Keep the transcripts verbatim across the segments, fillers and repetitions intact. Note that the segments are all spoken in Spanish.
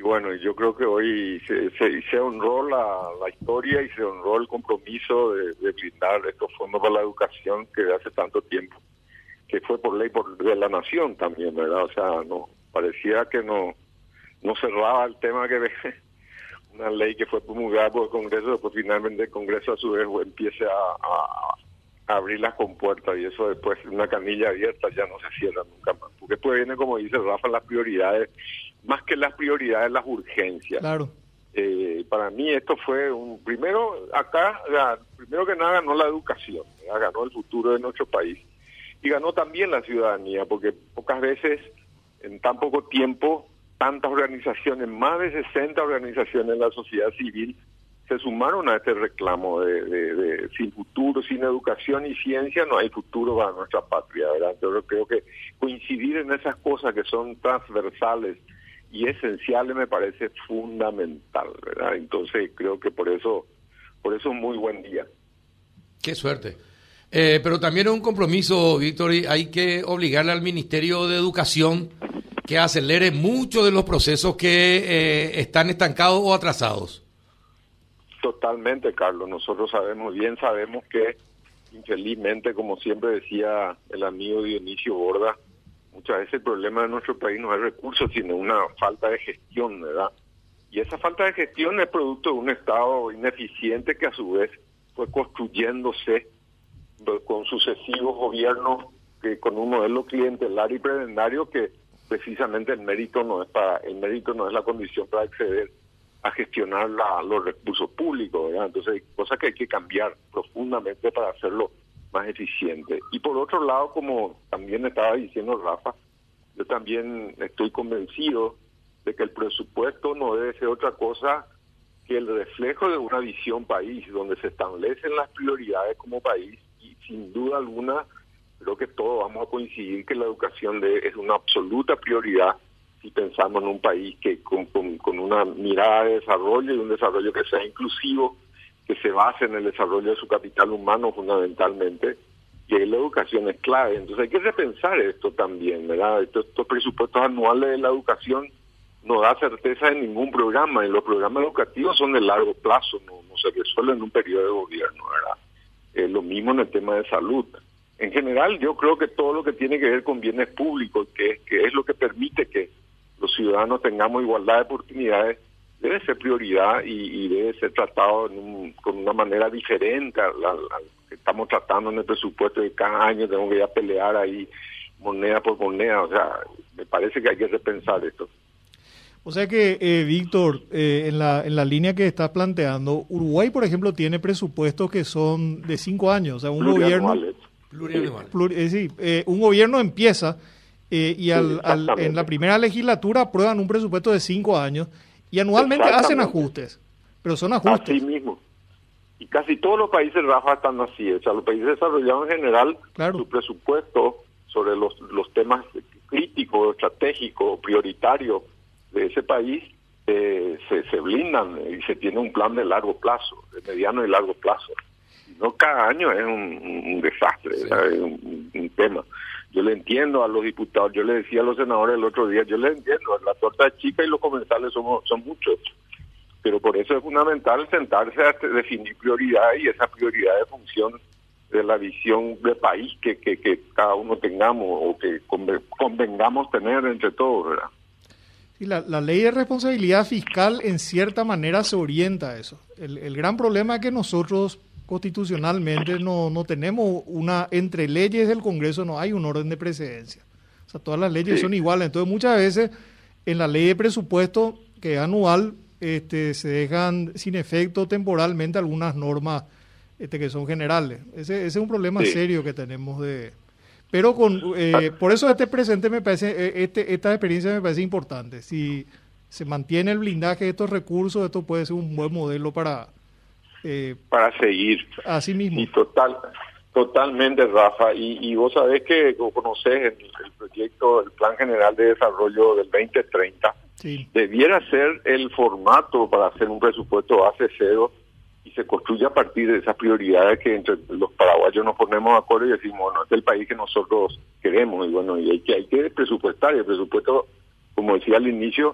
bueno, yo creo que hoy se, se, se honró la, la historia y se honró el compromiso de, de brindar estos fondos para la educación que de hace tanto tiempo, que fue por ley por, de la nación también, ¿verdad? O sea, no parecía que no no cerraba el tema que ve una ley que fue promulgada por el Congreso, después finalmente el Congreso a su vez empiece a, a, a abrir las compuertas y eso después una canilla abierta ya no se cierra nunca más. Porque después viene, como dice Rafa, las prioridades, más que las prioridades, las urgencias. Claro. Eh, para mí esto fue un... Primero, acá, primero que nada ganó la educación, ¿verdad? Ganó el futuro de nuestro país. Y ganó también la ciudadanía, porque pocas veces, en tan poco tiempo, tantas organizaciones, más de sesenta organizaciones de la sociedad civil, se sumaron a este reclamo de, de, de sin futuro, sin educación y ciencia, no hay futuro para nuestra patria, ¿verdad? Yo creo que coincidir en esas cosas que son transversales y esenciales me parece fundamental, ¿verdad? Entonces creo que por eso, por eso es un muy buen día. Qué suerte. Eh, pero también es un compromiso, Víctor, y hay que obligarle al Ministerio de Educación que acelere muchos de los procesos que eh, están estancados o atrasados. Totalmente, Carlos. Nosotros sabemos, bien sabemos que, infelizmente, como siempre decía el amigo Dionisio Borda, muchas veces el problema de nuestro país no es recursos, sino una falta de gestión, ¿verdad? Y esa falta de gestión es producto de un Estado ineficiente que a su vez fue construyéndose con sucesivos gobiernos, que con un modelo clientelar y prebendario que precisamente el mérito no es para el mérito no es la condición para acceder a gestionar la, los recursos públicos, ¿verdad? Entonces hay cosas que hay que cambiar profundamente para hacerlo más eficiente. Y por otro lado, como también estaba diciendo Rafa, yo también estoy convencido de que el presupuesto no debe ser otra cosa que el reflejo de una visión país, donde se establecen las prioridades como país y sin duda alguna creo que todos vamos a coincidir que la educación de, es una absoluta prioridad si pensamos en un país que con, con, con una mirada de desarrollo y un desarrollo que sea inclusivo, que se base en el desarrollo de su capital humano fundamentalmente, y ahí la educación es clave. Entonces hay que repensar esto también, ¿verdad? Estos, estos presupuestos anuales de la educación no da certeza en ningún programa, y los programas educativos son de largo plazo, no, no se resuelven en un periodo de gobierno, ¿verdad? Eh, lo mismo en el tema de salud. En general, yo creo que todo lo que tiene que ver con bienes públicos, que, que es lo que permite que los ciudadanos tengamos igualdad de oportunidades, debe ser prioridad y, y debe ser tratado en un, con una manera diferente a la, a que estamos tratando en el presupuesto de cada año. Tenemos que ir a pelear ahí moneda por moneda. O sea, me parece que hay que repensar esto. O sea que, eh, Víctor, eh, en la en la línea que estás planteando, Uruguay, por ejemplo, tiene presupuestos que son de cinco años. O sea, un gobierno... Plurianual. Plur, eh, sí, eh, un gobierno empieza eh, y al, sí, al, en la primera legislatura aprueban un presupuesto de cinco años y anualmente hacen ajustes, pero son ajustes. Así mismo. Y casi todos los países, Rafa, están así. O sea, los países desarrollados en general, claro, su presupuesto sobre los, los temas críticos, estratégicos, prioritarios de ese país eh, se, se blindan y se tiene un plan de largo plazo, de mediano y largo plazo. No, cada año es un, un desastre, sí. Es un, un tema. Yo le entiendo a los diputados, yo le decía a los senadores el otro día, yo le entiendo, la torta es chica y los comensales somos, son muchos, pero por eso es fundamental sentarse a definir prioridades y esa prioridad de función de la visión de país que, que, que cada uno tengamos o que convengamos tener entre todos, ¿verdad? Sí, la, la ley de responsabilidad fiscal en cierta manera se orienta a eso. El, el gran problema es que nosotros constitucionalmente no, no tenemos una, entre leyes del Congreso no hay un orden de precedencia. O sea, todas las leyes sí. son iguales. Entonces muchas veces en la ley de presupuesto, que es anual, este, se dejan sin efecto temporalmente algunas normas este, que son generales. Ese, ese es un problema sí. serio que tenemos de... Pero con eh, por eso este presente me parece, este, esta experiencia me parece importante. Si se mantiene el blindaje de estos recursos, esto puede ser un buen modelo para... Eh, para seguir. Así mismo. Y total, totalmente, Rafa. Y, y vos sabés que conoces el, el proyecto, el Plan General de Desarrollo del veinte treinta. Sí. Debiera ser el formato para hacer un presupuesto base cero y se construye a partir de esas prioridades que entre los paraguayos nos ponemos de acuerdo y decimos, bueno, este es el país que nosotros queremos y bueno, y hay que, hay que presupuestar. Y el presupuesto, como decía al inicio,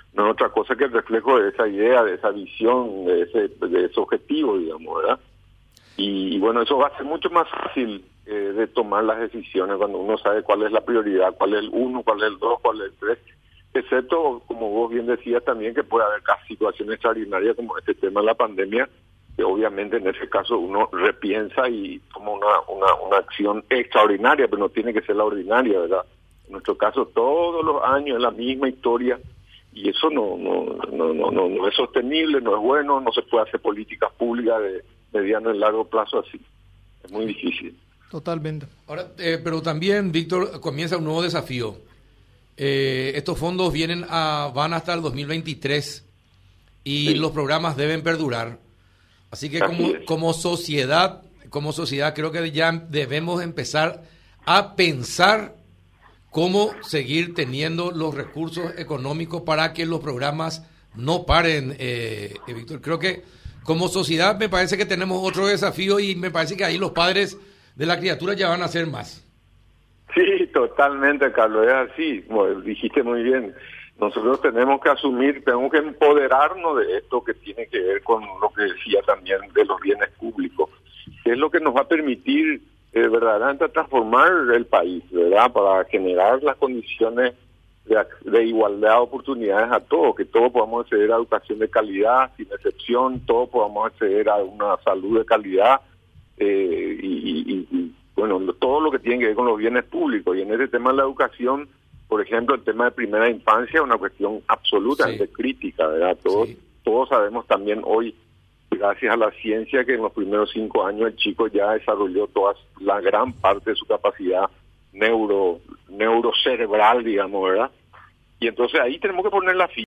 no es otra cosa que el reflejo de esa idea, de esa visión, de ese, de ese objetivo, digamos, ¿verdad? Y, y bueno, eso va a ser mucho más fácil eh, de tomar las decisiones cuando uno sabe cuál es la prioridad, cuál es el uno, cuál es el dos, cuál es el tres, excepto, como vos bien decías también, que puede haber casi situaciones extraordinarias como este tema de la pandemia, que obviamente en ese caso uno repiensa y toma una, una, una acción extraordinaria, pero no tiene que ser la ordinaria, ¿verdad? En nuestro caso, todos los años es la misma historia, y eso no no no no no, no es sostenible, no es bueno, no se puede hacer políticas públicas de mediano y largo plazo así. Es muy difícil. Totalmente. Ahora, eh, pero también, Víctor, comienza un nuevo desafío. Eh, estos fondos vienen a van hasta el dos mil veintitrés y sí, los programas deben perdurar. Así que como, Así como sociedad, como sociedad creo que ya debemos empezar a pensar cómo seguir teniendo los recursos económicos para que los programas no paren, eh, eh, Víctor. Creo que como sociedad me parece que tenemos otro desafío y me parece que ahí los padres de la criatura ya van a hacer más. Sí, totalmente, Carlos, es así, como dijiste muy bien. Nosotros tenemos que asumir, tenemos que empoderarnos de esto que tiene que ver con lo que decía también de los bienes públicos, que es lo que nos va a permitir eh, verdaderamente transformar el país, ¿verdad? Para generar las condiciones de, de igualdad de oportunidades a todos, que todos podamos acceder a educación de calidad, sin excepción, todos podamos acceder a una salud de calidad, eh, y, y, y bueno, todo lo que tiene que ver con los bienes públicos. Y en ese tema de la educación, por ejemplo, el tema de primera infancia es una cuestión absolutamente sí. crítica, ¿verdad? Todos, sí. todos sabemos también hoy, gracias a la ciencia, que en los primeros cinco años el chico ya desarrolló toda la gran parte de su capacidad neuro neurocerebral, digamos, ¿verdad? Y entonces ahí tenemos que poner la ficha.